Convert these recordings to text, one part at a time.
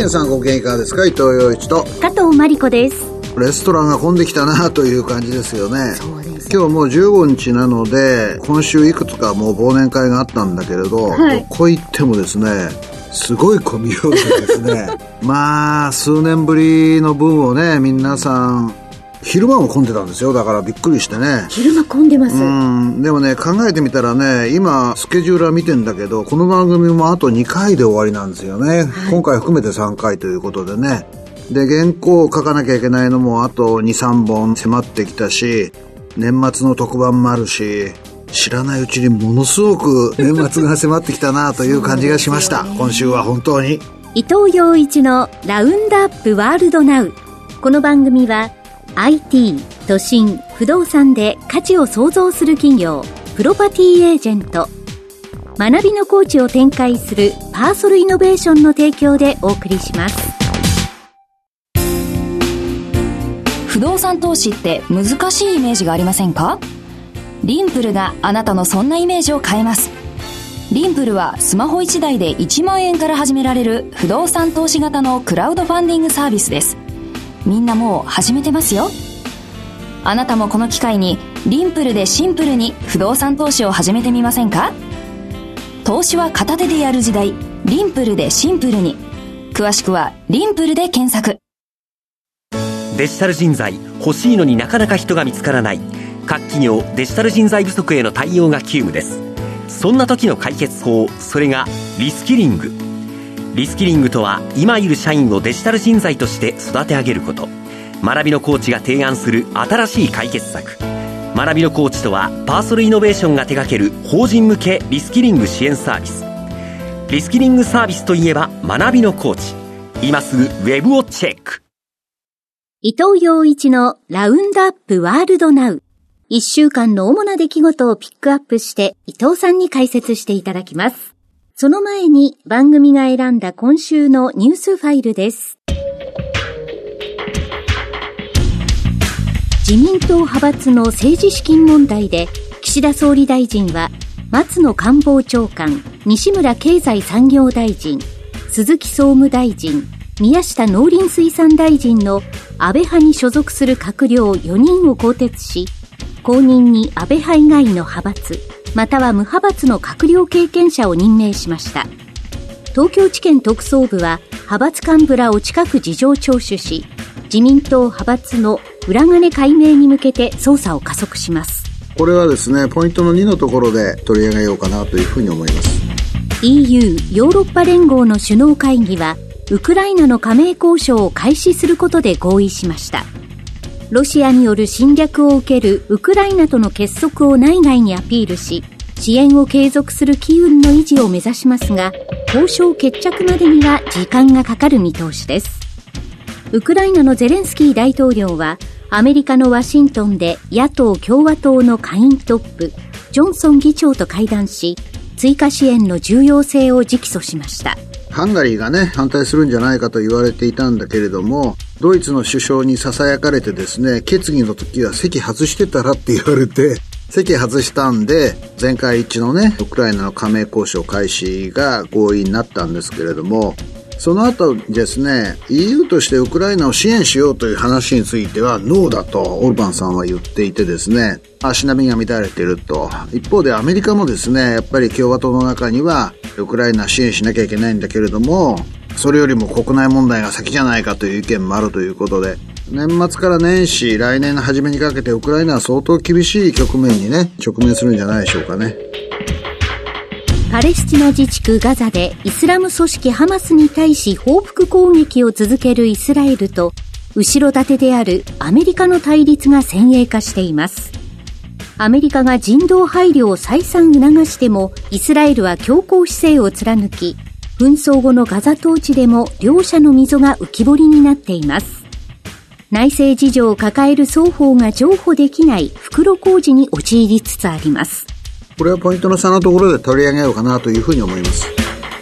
皆さんご機嫌いかがですか。伊藤洋一と加藤真理子です。 レストランが混んできたなという感じですよね。 そうです。 今日もう15日なので今週いくつかもう忘年会があったんだけれど、はい、どこ行ってもですねすごい混みようでですねまあ数年ぶりの分をね皆さん昼間も混んでたんですよ。だからびっくりしてね。 昼間混んでます。 でもね考えてみたらね今スケジュールは見てんだけどこの番組もあと2回で終わりなんですよね、はい、今回含めて3回ということでね。で原稿を書かなきゃいけないのもあと 2,3 本迫ってきたし年末の特番もあるし知らないうちにものすごく年末が迫ってきたなという感じがしました、今週は本当に。 伊藤洋一のラウンドアップワールドナウ。この番組は IT、都心、不動産で価値を創造する企業プロパティエージェント、学びのコーチを展開するパーソルイノベーションの提供でお送りします。 不動産投資って難しいイメージがありませんか？リンプルがあなたのそんなイメージを変えます。リンプルはスマホ1台で1万円から始められる不動産投資型のクラウドファンディングサービスです。みんなもう始めてますよ。あなたもこの機会にリンプルでシンプルに不動産投資を始めてみませんか？投資は片手でやる時代、リンプルでシンプルに。詳しくはリンプルで検索。 デジタル人材欲しいのになかなか人が見つからない。各企業デジタル人材不足への対応が急務です。そんな時の解決法、それがリスキリング。リスキリングとは今いる社員をデジタル人材として育て上げること。学びのコーチが提案する新しい解決策。学びのコーチとはパーソルイノベーションが手掛ける法人向けリスキリング支援サービス。リスキリングサービスといえば学びのコーチ。今すぐウェブをチェック。 伊藤洋一のラウンドアップワールドナウ。1週間の主な出来事をピックアップして伊藤さんに解説していただきます。その前に番組が選んだ今週のニュースファイルです。自民党派閥の政治資金問題で岸田総理大臣は松野官房長官、西村経済産業大臣、鈴木総務大臣、宮下農林水産大臣の安倍派に所属する閣僚4人を更迭し、後任に安倍派以外の派閥または無派閥の閣僚経験者を任命しました。東京地検特捜部は派閥幹部らを近く事情聴取し、自民党派閥の裏金解明に向けて捜査を加速します。 これはですねポイントの2のところで取り上げようかなというふうに思います。 EU ヨーロッパ連合の首脳会議はウクライナの加盟交渉を開始することで合意しました。ロシアによる侵略を受けるウクライナとの結束を内外にアピールし、支援を継続する機運の維持を目指しますが、交渉決着までには時間がかかる見通しです。ウクライナのゼレンスキー大統領はアメリカのワシントンで野党共和党の下院トップジョンソン議長と会談し、追加支援の重要性を直訴しました。 ハンガリーがね反対するんじゃないかと言われていたんだけれども、ドイツの首相に囁かれてですね決議の時は席外してたらって言われて席外したんで全会一致のねウクライナの加盟交渉開始が合意になったんですけれども、その後ですね EU としてウクライナを支援しようという話についてはノーだとオルバンさんは言っていてですね、足並みが乱れていると。一方でアメリカもですねやっぱり共和党の中にはウクライナ支援しなきゃいけないんだけれども、それよりも国内問題が先じゃないかという意見もあるということで、年末から年始来年の初めにかけてウクライナは相当厳しい局面にね直面するんじゃないでしょうかね。 パレスチナ自治区ガザでイスラム組織ハマスに対し報復攻撃を続けるイスラエルと後ろ盾であるアメリカの対立が先鋭化しています。アメリカが人道配慮を再三促してもイスラエルは強硬姿勢を貫き、紛争後のガザ統治でも両者の溝が浮き彫りになっています。内政事情を抱える双方が譲歩できない袋小路に陥りつつあります。 これはポイントの3のところで取り上げようかなというふうに思います。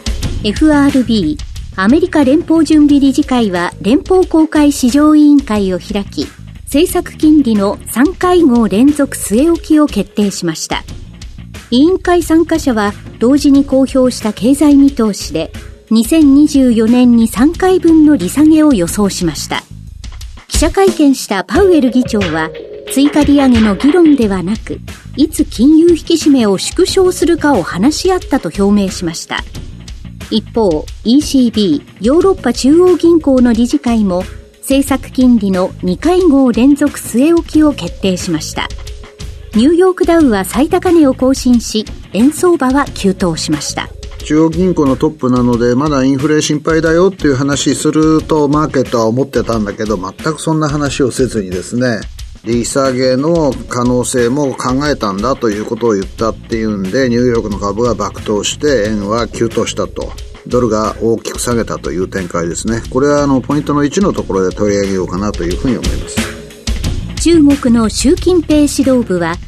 FRB アメリカ連邦準備理事会は連邦公開市場委員会を開き、政策金利の3会合連続据え置きを決定しました。委員会参加者は同時に公表した経済見通しで、 2024年に3回分の利下げを予想しました。記者会見したパウエル議長は、追加利上げの議論ではなく、いつ金融引き締めを縮小するかを話し合ったと表明しました。一方、ECB ヨーロッパ中央銀行の理事会も政策金利の2会合連続据え置きを決定しました。ニューヨークダウは最高値を更新し、円相場は急騰しました。 中央銀行のトップなのでまだインフレ心配だよっていう話するとマーケットは思ってたんだけど、全くそんな話をせずにですね、利下げの可能性も考えたんだということを言ったっていうんで、ニューヨークの株は爆投して円は急騰したと、ドルが大きく下げたという展開ですね。これはポイントの1のところで取り上げようかなというふうに思います。 中国の習近平指導部は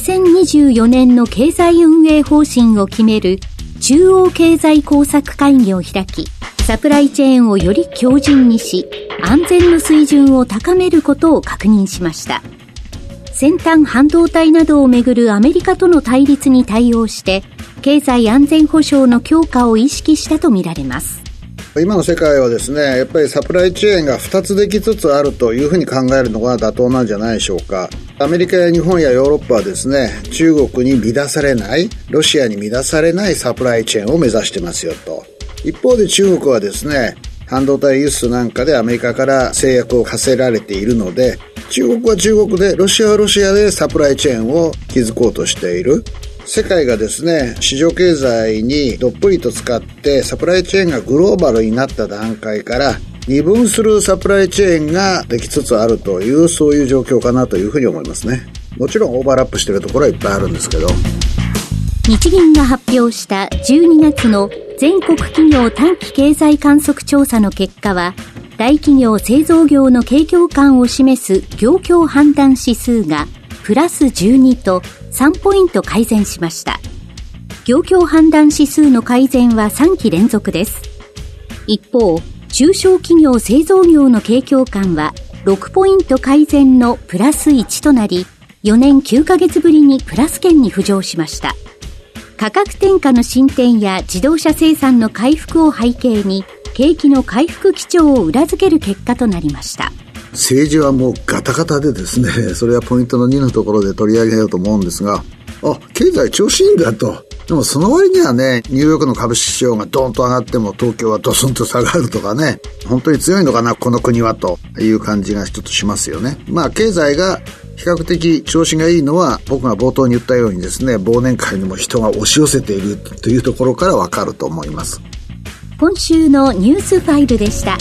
2024年の経済運営方針を決める中央経済工作会議を開き、サプライチェーンをより強靭にし、安全の水準を高めることを確認しました。先端半導体などをめぐるアメリカとの対立に対応して、経済安全保障の強化を意識したとみられます。 今の世界はですね、やっぱりサプライチェーンが2つできつつあるというふうに考えるのが妥当なんじゃないでしょうか。アメリカや日本やヨーロッパはですね、中国に乱されない、ロシアに乱されないサプライチェーンを目指してますよと。一方で中国はですね、半導体輸出なんかでアメリカから制約を課せられているので、中国は中国で、ロシアはロシアでサプライチェーンを築こうとしている。世界がですね、市場経済にどっぷりと使ってサプライチェーンがグローバルになった段階から二分するサプライチェーンができつつあるという、そういう状況かなというふうに思いますね。もちろんオーバーラップしているところはいっぱいあるんですけど。 日銀が発表した12月の全国企業短期経済観測調査の結果は、大企業製造業の景況感を示す業況判断指数がプラス12と3ポイント改善しました。業況判断指数の改善は3期連続です。一方、中小企業製造業の景況感は6ポイント改善のプラス1となり、4年9ヶ月ぶりにプラス圏に浮上しました。価格転嫁の進展や自動車生産の回復を背景に、景気の回復基調を裏付ける結果となりました。 政治はもうガタガタでですね、それはポイントの2のところで取り上げようと思うんですが、経済調子いいんだと。でもその割にはね、ニューヨークの株式市場がドーンと上がっても東京はドスンと下がるとかね、本当に強いのかなこの国はという感じがちょっとしますよね。経済が比較的調子がいいのは、僕が冒頭に言ったようにですね、忘年会にも人が押し寄せているというところからわかると思います。 今週のニュースファイルでした。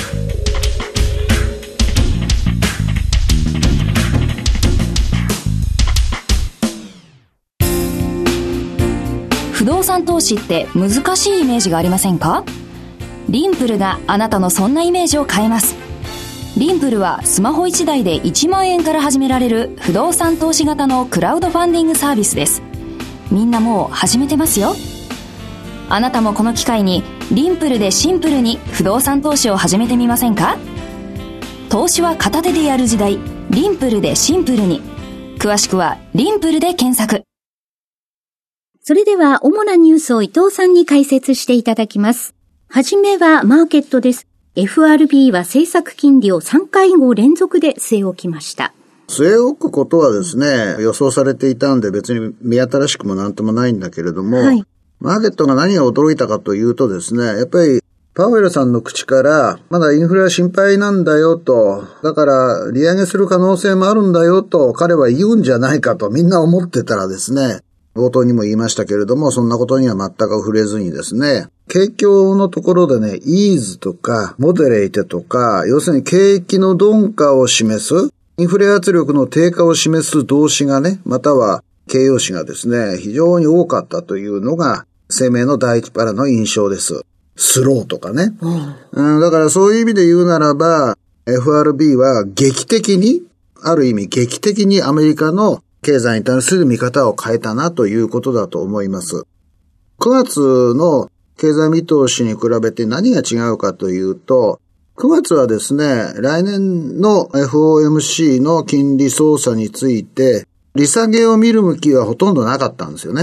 不動産投資って難しいイメージがありませんか？リンプルがあなたのそんなイメージを変えます。リンプルはスマホ1台で1万円から始められる不動産投資型のクラウドファンディングサービスです。みんなもう始めてますよ。あなたもこの機会にリンプルでシンプルに不動産投資を始めてみませんか？投資は片手でやる時代、リンプルでシンプルに。詳しくはリンプルで検索。 それでは主なニュースを伊藤さんに解説していただきます。はじめはマーケットです。FRB は政策金利を3会合連続で据え置きました。 据え置くことはですね、予想されていたんで別に目新しくもなんともないんだけれども、マーケットが何が驚いたかというとですね、やっぱりパウエルさんの口からまだインフレは心配なんだよと、だから利上げする可能性もあるんだよと彼は言うんじゃないかとみんな思ってたらですね、冒頭にも言いましたけれども、そんなことには全く触れずにですね、景況のところでね、イーズとかモデレイテとか、要するに景気の鈍化を示す、インフレ圧力の低下を示す動詞がね、または形容詞がですね、非常に多かったというのが声明の第一パラの印象です。スローとかね。だからそういう意味で言うならば、FRB は劇的に、ある意味劇的にアメリカの経済に対する見方を変えたなということだと思います。9月の経済見通しに比べて何が違うかというと、9月はですね、来年の FOMC の金利操作について、利下げを見る向きはほとんどなかったんですよね。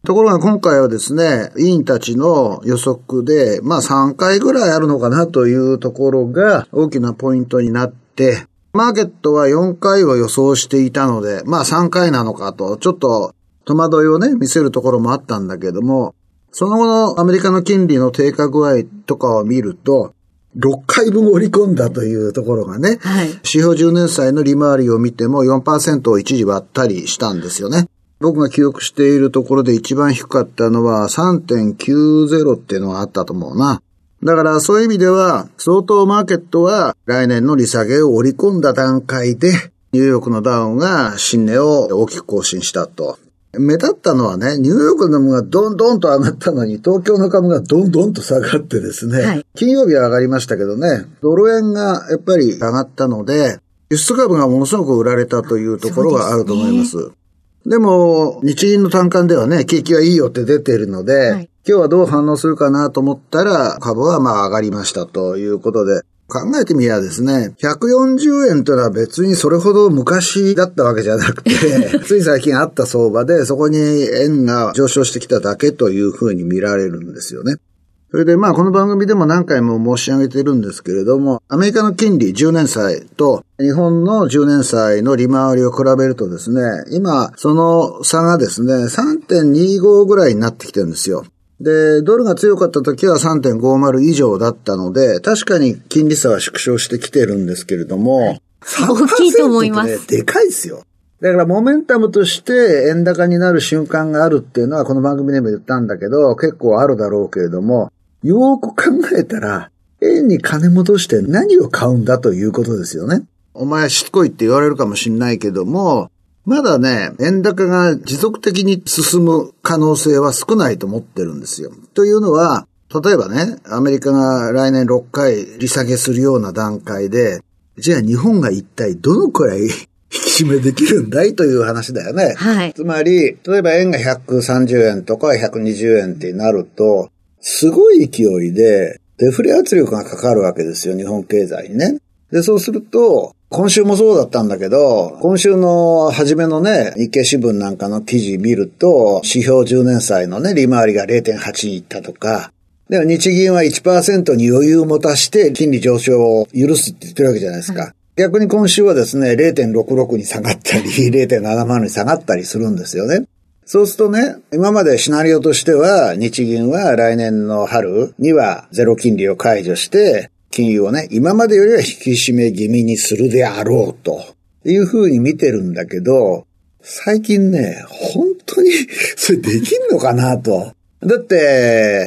ところが今回はですね、委員たちの予測で、3回ぐらいあるのかなというところが大きなポイントになって、マーケットは4回を予想していたので、3回なのかと、ちょっと戸惑いをね、見せるところもあったんだけども、その後のアメリカの金利の低下具合とかを見ると、6回分織り込んだというところがね、指標10年債の利回りを見ても 4% を一時割ったりしたんですよね。僕が記憶しているところで一番低かったのは 3.90 っていうのがあったと思うな。だからそういう意味では相当マーケットは来年の利下げを織り込んだ段階でニューヨークのダウンが新値を大きく更新したと。目立ったのはね、ニューヨークの株がどんどんと上がったのに東京の株がどんどんと下がってですね、金曜日は上がりましたけどね、ドル円がやっぱり上がったので輸出株がものすごく売られたというところがあると思います。でも日銀の短観ではね、景気はいいよって出ているので、今日はどう反応するかなと思ったら株は上がりましたということで、考えてみればですね、140円というのは別にそれほど昔だったわけじゃなくて、つい最近あった相場でそこに円が上昇してきただけというふうに見られるんですよね。それでこの番組でも何回も申し上げているんですけれども、アメリカの金利10年債と日本の10年債の利回りを比べるとですね、今その差がですね、3.25 ぐらいになってきてるんですよ。で、ドルが強かった時は 3.50 以上だったので、確かに金利差は縮小してきてるんですけれども、 大きいと思います。 でかいですよ。だからモメンタムとして円高になる瞬間があるっていうのはこの番組でも言ったんだけど、結構あるだろうけれども、よーく考えたら、円に金戻して何を買うんだということですよね。お前しつこいって言われるかもしれないけども、まだね、円高が持続的に進む可能性は少ないと思ってるんですよ。というのは、例えばね、アメリカが来年6回利下げするような段階で、じゃあ日本が一体どのくらい引き締めできるんだいという話だよね。つまり、例えば円が130円とか120円ってなると、すごい勢いでデフレ圧力がかかるわけですよ、日本経済にね。で、そうすると、今週もそうだったんだけど、今週の初めのね、日経新聞なんかの記事見ると、指標10年債のね、利回りが 0.8 にいったとか、でも日銀は 1% に余裕を持たして金利上昇を許すって言ってるわけじゃないですか。逆に今週はですね、0.66 に下がったり、0.70 に下がったりするんですよね。そうするとね、今までシナリオとしては、日銀は来年の春にはゼロ金利を解除して、金融をね、今までよりは引き締め気味にするであろうというふうに見てるんだけど、最近ね、本当にそれできんのかなと。だって、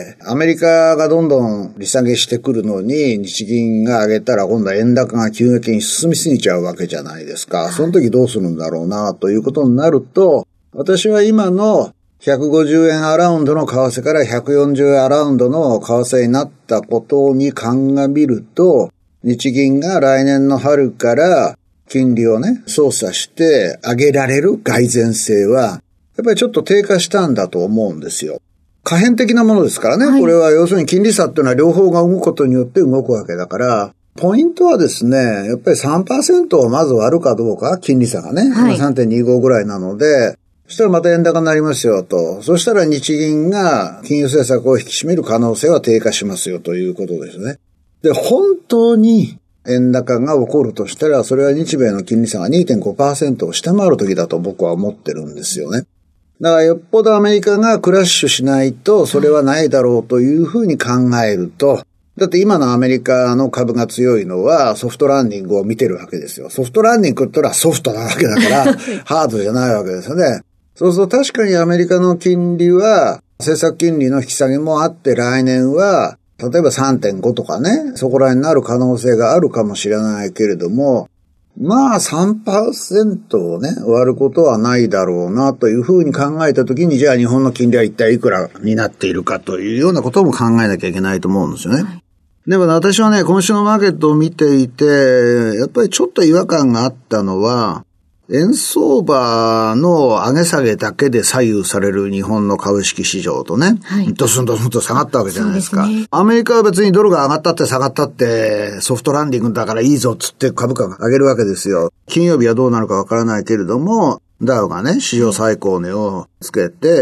アメリカがどんどん利下げしてくるのに、日銀が上げたら今度は円高が急激に進みすぎちゃうわけじゃないですか。その時どうするんだろうなということになると、私は今の150円アラウンドの為替から140円アラウンドの為替になったことに鑑みると、日銀が来年の春から金利をね、操作して上げられる蓋然性は、やっぱりちょっと低下したんだと思うんですよ。可変的なものですからね。これは要するに金利差っていうのは両方が動くことによって動くわけだから、ポイントはですね、やっぱり 3% をまず割るかどうか、金利差がね、3.25 ぐらいなので、そしたらまた円高になりますよと。そしたら日銀が金融政策を引き締める可能性は低下しますよということですね。で、本当に円高が起こるとしたら、それは日米の金利差が 2.5% を下回る時だと僕は思ってるんですよね。だからよっぽどアメリカがクラッシュしないと、それはないだろうというふうに考えると、だって今のアメリカの株が強いのはソフトランディングを見てるわけですよ。ソフトランディングって言ったらソフトなわけだから、ハードじゃないわけですよね。そうすると確かにアメリカの金利は、政策金利の引き下げもあって来年は、例えば 3.5 とかね、そこらになる可能性があるかもしれないけれども、3% をね、割ることはないだろうなというふうに考えたときに、じゃあ日本の金利は一体いくらになっているかというようなことも考えなきゃいけないと思うんですよね。でも私はね、今週のマーケットを見ていて、やっぱりちょっと違和感があったのは、円相場の上げ下げだけで左右される日本の株式市場とね、ドスンドスンと下がったわけじゃないですか。アメリカは別にドルが上がったって下がったってソフトランディングだからいいぞっつって株価が上げるわけですよ。金曜日はどうなるかわからないけれども、ダウがね、史上最高値をつけて、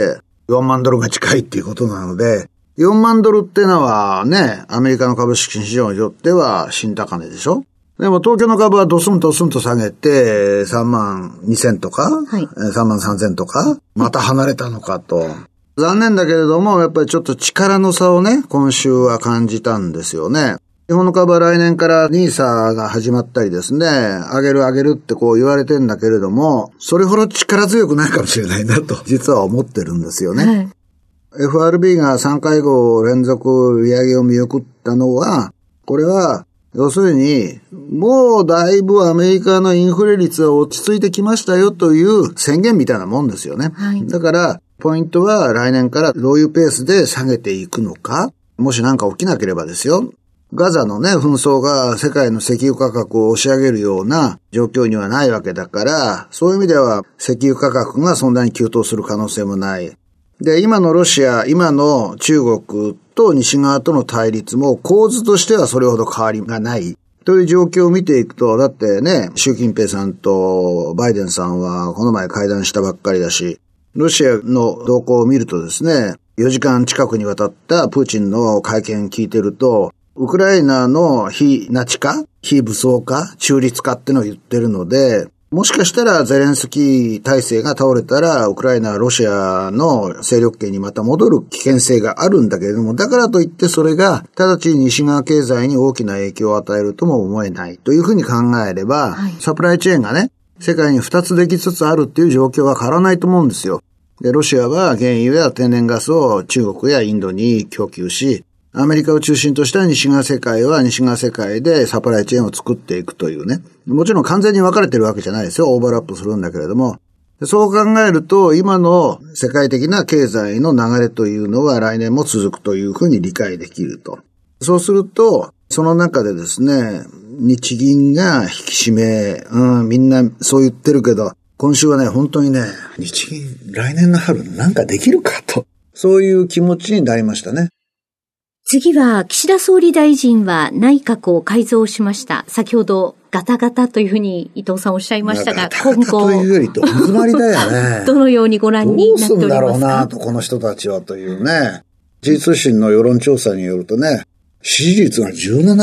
4万ドルが近いっていうことなので、4万ドルってのはね、アメリカの株式市場によっては新高値でしょ。でも東京の株はドスンと下げて、3万2000とか、はい、3万3000とか、また離れたのかと。残念だけれども、やっぱりちょっと力の差をね、今週は感じたんですよね。日本の株は来年からNISAが始まったりですね、上げるってこう言われてんだけれども、それほど力強くないかもしれないなと、実は思ってるんですよね。はい、FRB が3会合連続利上げを見送ったのは、これは、要するに、もうだいぶアメリカのインフレ率は落ち着いてきましたよという宣言みたいなもんですよね。はい、だから、ポイントは来年からどういうペースで下げていくのか、もしなんか起きなければですよ。ガザのね、紛争が世界の石油価格を押し上げるような状況にはないわけだから、そういう意味では石油価格がそんなに急騰する可能性もない。で、今のロシア、今の中国と西側との対立も構図としてはそれほど変わりがないという状況を見ていくと、だってね、習近平さんとバイデンさんはこの前会談したばっかりだし、ロシアの動向を見るとですね、4時間近くにわたったプーチンの会見聞いてると、ウクライナの非ナチ化、非武装化、中立化ってのを言ってるので、もしかしたらゼレンスキー体制が倒れたら、ウクライナはロシアの勢力圏にまた戻る危険性があるんだけれども、だからといってそれが直ちに西側経済に大きな影響を与えるとも思えないというふうに考えれば、はい、サプライチェーンがね、世界に2つできつつあるっていう状況は変わらないと思うんですよ。で、ロシアは原油や天然ガスを中国やインドに供給し、アメリカを中心とした西側世界は西側世界でサプライチェーンを作っていくというね。もちろん完全に分かれてるわけじゃないですよ。オーバーラップするんだけれども。そう考えると、今の世界的な経済の流れというのは来年も続くというふうに理解できると。そうすると、その中でですね、日銀が引き締め、みんなそう言ってるけど、今週はね、本当にね、日銀来年の春なんかできるかと。そういう気持ちになりましたね。 次は、岸田総理大臣は内閣を改造しました。先ほど、ガタガタというふうに伊藤さんおっしゃいましたが、 今後。というよりどん詰まりだよね。 どのようにご覧になっておりますか？ どうすんだろうなと、この人たちはというね。時事通信の世論調査によるとね、支持率が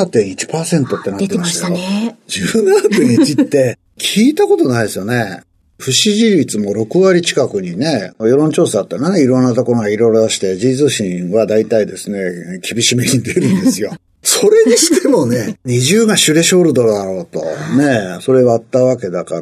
17.1% ってなってましたよ。出てましたね。17.1 って聞いたことないですよね。不支持率も6割近くにね、世論調査ってね、いろんなところがいろいろ出して、時事通信は大体ですね、厳しめに出るんですよ。それにしてもね、20がシュレショルドだろうと、ね、それ割ったわけだから、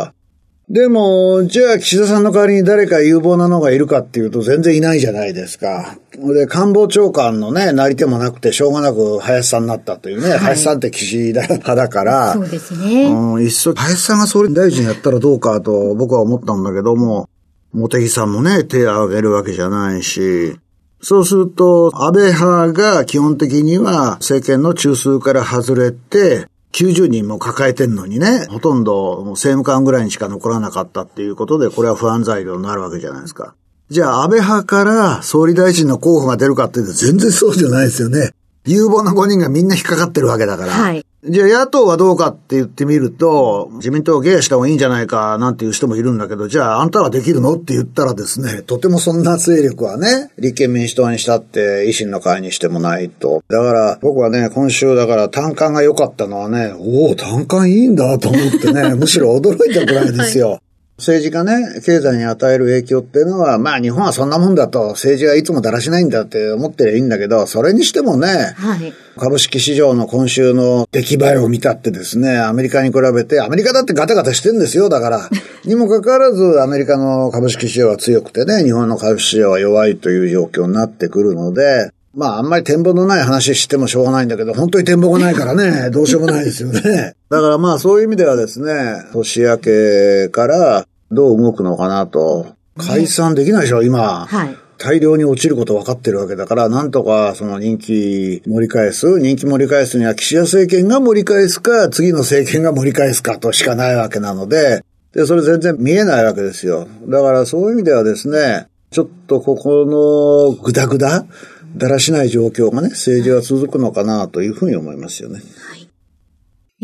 でも、じゃあ岸田さんの代わりに誰か有望なのがいるかっていうと全然いないじゃないですか。で、官房長官のね、なり手もなくてしょうがなく林さんになったというね、はい、林さんって岸田派だから、 そうですね。 いっそ林さんが総理大臣やったらどうかと僕は思ったんだけども、茂木さんもね、手を挙げるわけじゃないし、そうすると、安倍派が基本的には政権の中枢から外れて、90人も抱えてんのにね、ほとんど政務官ぐらいにしか残らなかったっていうことで、これは不安材料になるわけじゃないですか。じゃあ安倍派から総理大臣の候補が出るかって言うと全然そうじゃないですよね。有望な5人がみんな引っかかってるわけだから。はい。じゃあ野党はどうかって言ってみると、自民党をゲイした方がいいんじゃないかなんていう人もいるんだけど、じゃああんたはできるのって言ったらですね、とてもそんな勢力はね、立憲民主党にしたって維新の会にしてもないと。だから僕はね、今週だから単管が良かったのはね、単管いいんだと思ってね、むしろ驚いたくらいですよ。はい、政治がね、経済に与える影響っていうのは、まあ日本はそんなもんだと、政治はいつもだらしないんだって思ってりゃいいんだけど、それにしてもね、はい、株式市場の今週の出来栄えを見たってですね、アメリカに比べて、アメリカだってガタガタしてんですよ、だから。にもかかわらず、アメリカの株式市場は強くてね、日本の株式市場は弱いという状況になってくるので、まああんまり展望のない話してもしょうがないんだけど、本当に展望がないからね、どうしようもないですよね。だからまあそういう意味ではですね、年明けからどう動くのかなと。解散できないでしょ、今。はい。大量に落ちること分かってるわけだから、なんとかその人気盛り返すには岸田政権が盛り返すか、次の政権が盛り返すかとしかないわけなので、それ全然見えないわけですよ。だからそういう意味ではですね、ちょっとここのグダグダだらしない状況がね、政治は続くのかなというふうに思いますよね。はい。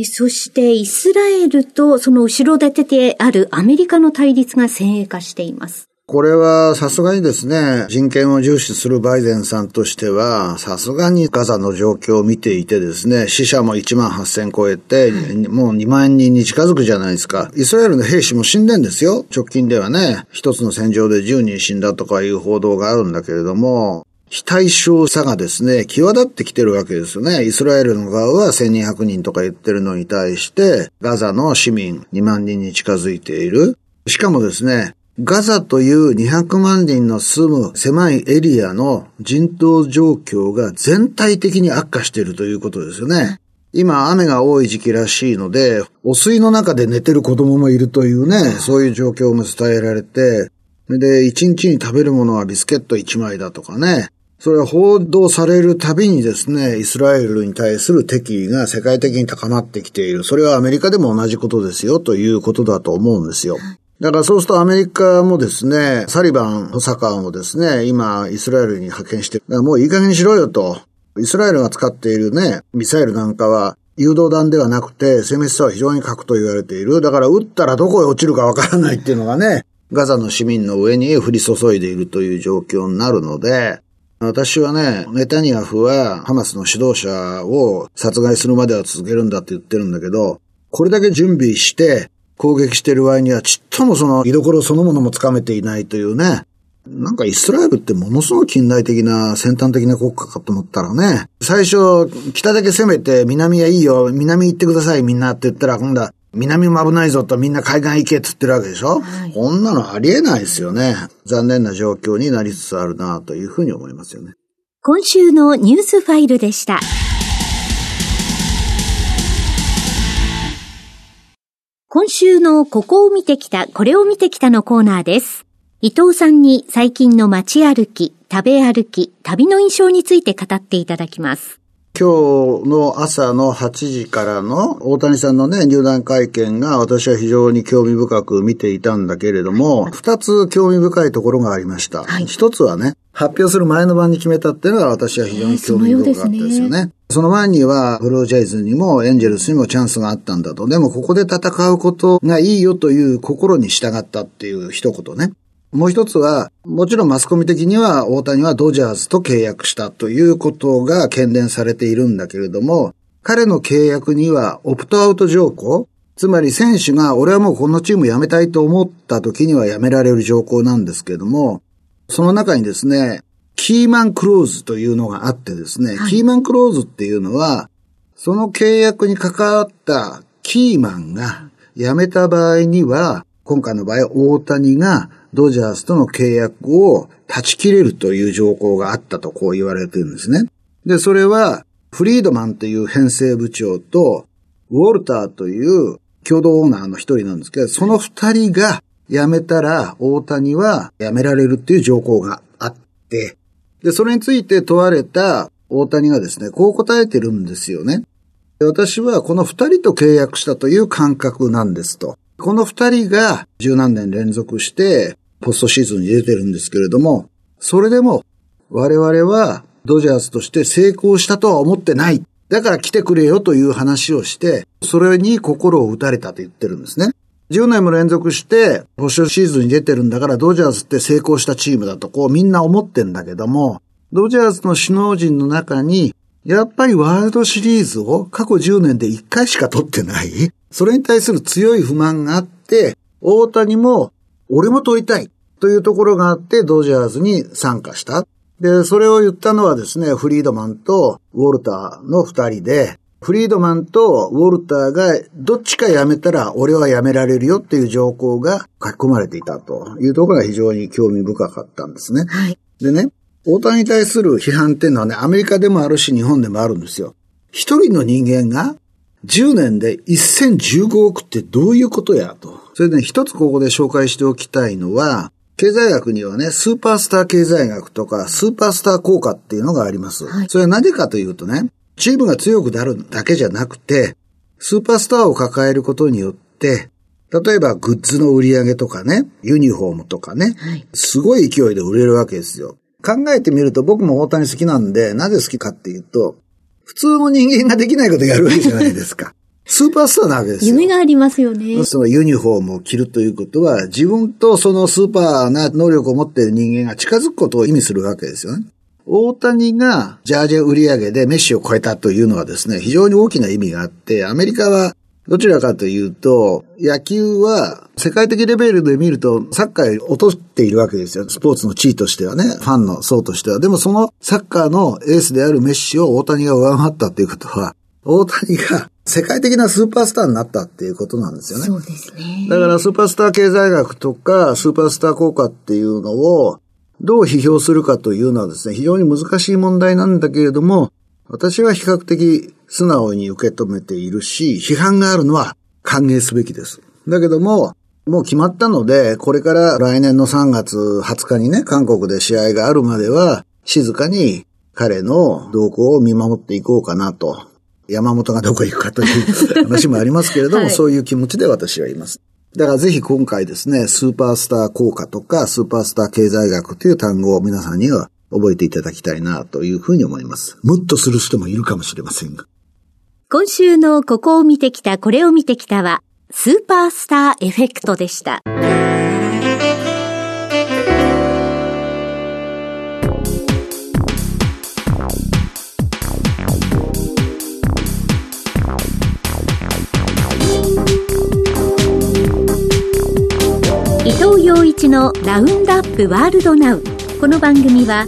そしてイスラエルとその後ろ盾であるアメリカの対立が先鋭化しています。 これはさすがにですね、人権を重視するバイデンさんとしては、さすがにガザの状況を見ていてですね、死者も1万8000超えて、もう2万人に近づくじゃないですか。イスラエルの兵士も死んでんですよ。直近ではね、一つの戦場で10人死んだとかいう報道があるんだけれども、非対称さがですね、際立ってきてるわけですよね。イスラエルの側は1200人とか言ってるのに対して、ガザの市民2万人に近づいている。しかもですね、ガザという200万人の住む狭いエリアの人道状況が全体的に悪化しているということですよね。今雨が多い時期らしいので、汚水の中で寝てる子供もいるというね、そういう状況も伝えられて、で、1日に食べるものはビスケット1枚だとかね、それは報道されるたびにですね、イスラエルに対する敵意が世界的に高まってきている。それはアメリカでも同じことですよということだと思うんですよ。だからそうするとアメリカもですね、サリバン補佐官をですね、今イスラエルに派遣して、もういい加減にしろよと。イスラエルが使っているね、ミサイルなんかは誘導弾ではなくて、精密さは非常に核と言われている。だから撃ったらどこへ落ちるかわからないっていうのがね、ガザの市民の上に降り注いでいるという状況になるので、私はね、ネタニヤフはハマスの指導者を殺害するまでは続けるんだって言ってるんだけど、これだけ準備して攻撃している場合にはちっともその居所そのものもつかめていないというね、なんかイスラエルってものすごく近代的な先端的な国家かと思ったらね、最初北だけ攻めて南はいいよ、南行ってくださいみんなって言ったら今度は南も危ないぞとみんな海岸行けって言ってるわけでしょ、はい、こんなのありえないですよね。残念な状況になりつつあるなというふうに思いますよね。 今週のニュースファイルでした。今週のここを見てきた、これを見てきたのコーナーです。伊藤さんに最近の街歩き、食べ歩き、旅の印象について語っていただきます。 今日の朝の8時からの大谷さんのね、入団会見が私は非常に興味深く見ていたんだけれども、2つ興味深いところがありました。はい、1つはね、発表する前の晩に決めたっていうのが私は非常に興味深かったですよね。その前にはブルージェイズにもエンジェルスにもチャンスがあったんだと。でもここで戦うことがいいよという心に従ったっていう一言ね。もう一つは、もちろんマスコミ的には大谷はドジャースと契約したということが喧伝されているんだけれども、彼の契約にはオプトアウト条項、つまり選手が俺はもうこのチーム辞めたいと思った時には辞められる条項なんですけれども、その中にですね、キーマンクローズというのがあってですね、はい、キーマンクローズっていうのは、その契約に関わったキーマンが辞めた場合には、今回の場合大谷がドジャースとの契約を断ち切れるという条項があったとこう言われてるんですね。で、それはフリードマンという編成部長とウォルターという共同オーナーの一人なんですけど、その二人が辞めたら大谷は辞められるっていう条項があって、で、それについて問われた大谷がですね、こう答えてるんですよね。私はこの二人と契約したという感覚なんですと。この二人が十何年連続してポストシーズンに出てるんですけれども、それでも我々はドジャースとして成功したとは思ってない。だから来てくれよという話をして、それに心を打たれたと言ってるんですね。10年も連続してポストシーズンに出てるんだからドジャースって成功したチームだとこうみんな思ってんだけども、ドジャースの首脳陣の中にやっぱりワールドシリーズを過去10年で1回しか取ってない。それに対する強い不満があって、大谷も俺も取りたいというところがあってドジャースに参加した。で、それを言ったのはですね、フリードマンとウォルターの二人で、フリードマンとウォルターがどっちか辞めたら俺は辞められるよっていう条項が書き込まれていたというところが非常に興味深かったんですね。はい。でね、大谷に対する批判っていうのはね、アメリカでもあるし日本でもあるんですよ。一人の人間が10年で1015億ってどういうことやと。それでね、一つここで紹介しておきたいのは、経済学にはね、スーパースター経済学とかスーパースター効果っていうのがあります。はい、それは何かというとね、チームが強くなるだけじゃなくて、スーパースターを抱えることによって、例えばグッズの売り上げとかね、ユニフォームとかね、はい、すごい勢いで売れるわけですよ。考えてみると僕も大谷好きなんで、なぜ好きかっていうと、普通の人間ができないことやるわけじゃないですか。 スーパースターなわけですよ。 夢がありますよね。 そのユニフォームを着るということは、自分とそのスーパーな能力を持っている人間が近づくことを意味するわけですよね。大谷がジャージ売り上げでメッシを超えたというのはですね、非常に大きな意味があって、アメリカはどちらかというと、野球は世界的レベルで見るとサッカーより劣っているわけですよ。スポーツの地位としてはね、ファンの層としては。でもそのサッカーのエースであるメッシを大谷が上回ったということは、大谷が世界的なスーパースターになったっていうことなんですよね。 そうですね。 だからスーパースター経済学とかスーパースター効果っていうのをどう批評するかというのはですね、非常に難しい問題なんだけれども、私は比較的素直に受け止めているし、批判があるのは歓迎すべきです。だけども、もう決まったので、これから来年の3月20日にね、韓国で試合があるまでは、静かに彼の動向を見守っていこうかなと。山本がどこ行くかという話もありますけれども、はい、そういう気持ちで私はいます。だからぜひ今回ですね、スーパースター効果とかスーパースター経済学という単語を皆さんには覚えていただきたいなというふうに思います。ムッとする人もいるかもしれませんが。 今週のここを見てきた、これを見てきたは、スーパースターエフェクトでした。伊藤洋一のラウンドアップワールドナウ。この番組は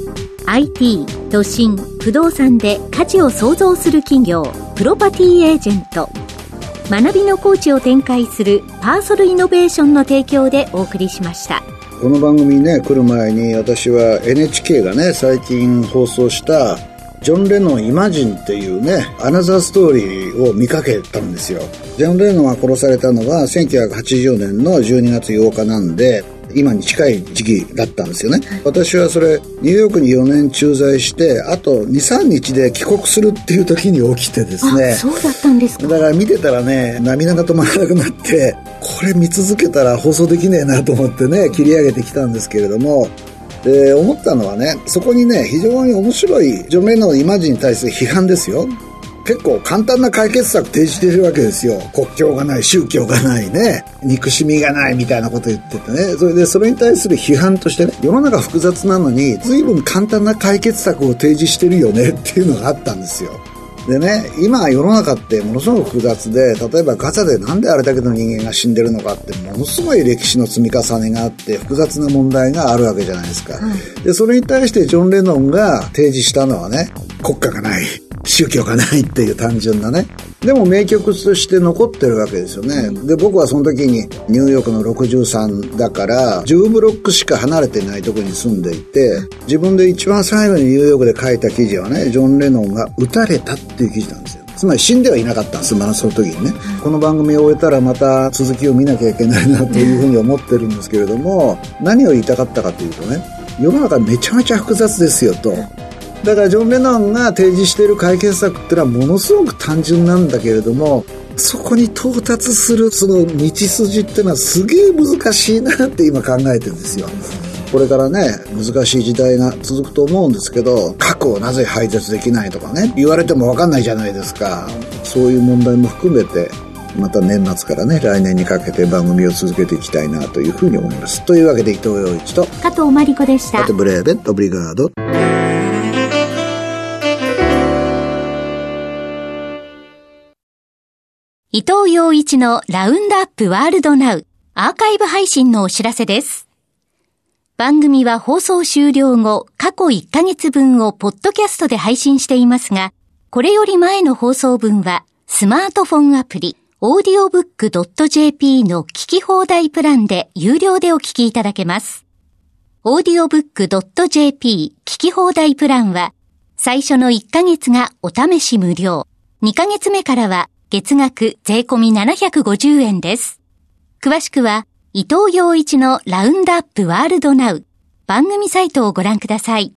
IT、都心、不動産で価値を創造する企業プロパティエージェント、学びのコーチを展開するパーソルイノベーションの提供でお送りしました。 この番組ね、来る前に私は NHK がね、最近放送したジョン・レノンイマジンっていうね、アナザーストーリーを見かけたんですよ。ジョン・レノンが殺されたのが1980年の12月8日なんで、今に近い時期だったんですよね。私はそれニューヨークに4年駐在して、あと 2,3 日で帰国するっていう時に起きてですね。 そうだったんですか。 だから見てたらね、涙が止まらなくなって、これ見続けたら放送できねえなと思ってね、切り上げてきたんですけれども、で思ったのはね、そこにね、非常に面白いジョン・レノンのイマジンに対する批判ですよ。結構簡単な解決策提示しているわけですよ。国境がない、宗教がないね、憎しみがないみたいなこと言っててね。それに対する批判としてね、世の中複雑なのに随分簡単な解決策を提示してるよねっていうのがあったんですよ。でね、今世の中ってものすごく複雑で、例えばガザでなんであれだけの人間が死んでるのかってものすごい歴史の積み重ねがあって複雑な問題があるわけじゃないですか。で、それに対してジョン・レノンが提示したのはね、国家がない、宗教がないっていう単純なね。でも名曲として残ってるわけですよね。で、僕はその時にニューヨークの63だから10ブロックしか離れてないところに住んでいて、自分で一番最後にニューヨークで書いた記事はね、ジョン・レノンが撃たれたっていう記事なんですよ。つまり死んではいなかったんです、その時にね。この番組を終えたらまた続きを見なきゃいけないなというふうに思ってるんですけれども、何を言いたかったかというとね、世の中めちゃめちゃ複雑ですよと。だからジョン・レノンが提示している解決策ってのはものすごく単純なんだけれども、そこに到達するその道筋っていうのはすげえ難しいなって今考えてるんですよ。これからね、難しい時代が続くと思うんですけど、核をなぜ廃絶できないとかね、言われても分かんないじゃないですか。そういう問題も含めて、また年末からね、来年にかけて番組を続けていきたいなというふうに思います。というわけで伊藤洋一と加藤真理子でした。 あとブレーベンオブリガード。 伊藤洋一のラウンドアップワールドナウアーカイブ配信のお知らせです。番組は放送終了後、過去1ヶ月分をポッドキャストで配信していますが、これより前の放送分はスマートフォンアプリaudiobook.jp の聞き放題プランで有料でお聞きいただけます。audiobook.jp 聞き放題プランは最初の1ヶ月がお試し無料、2ヶ月目からは月額税込み750円です。詳しくは伊藤洋一のラウンドアップワールドナウ番組サイトをご覧ください。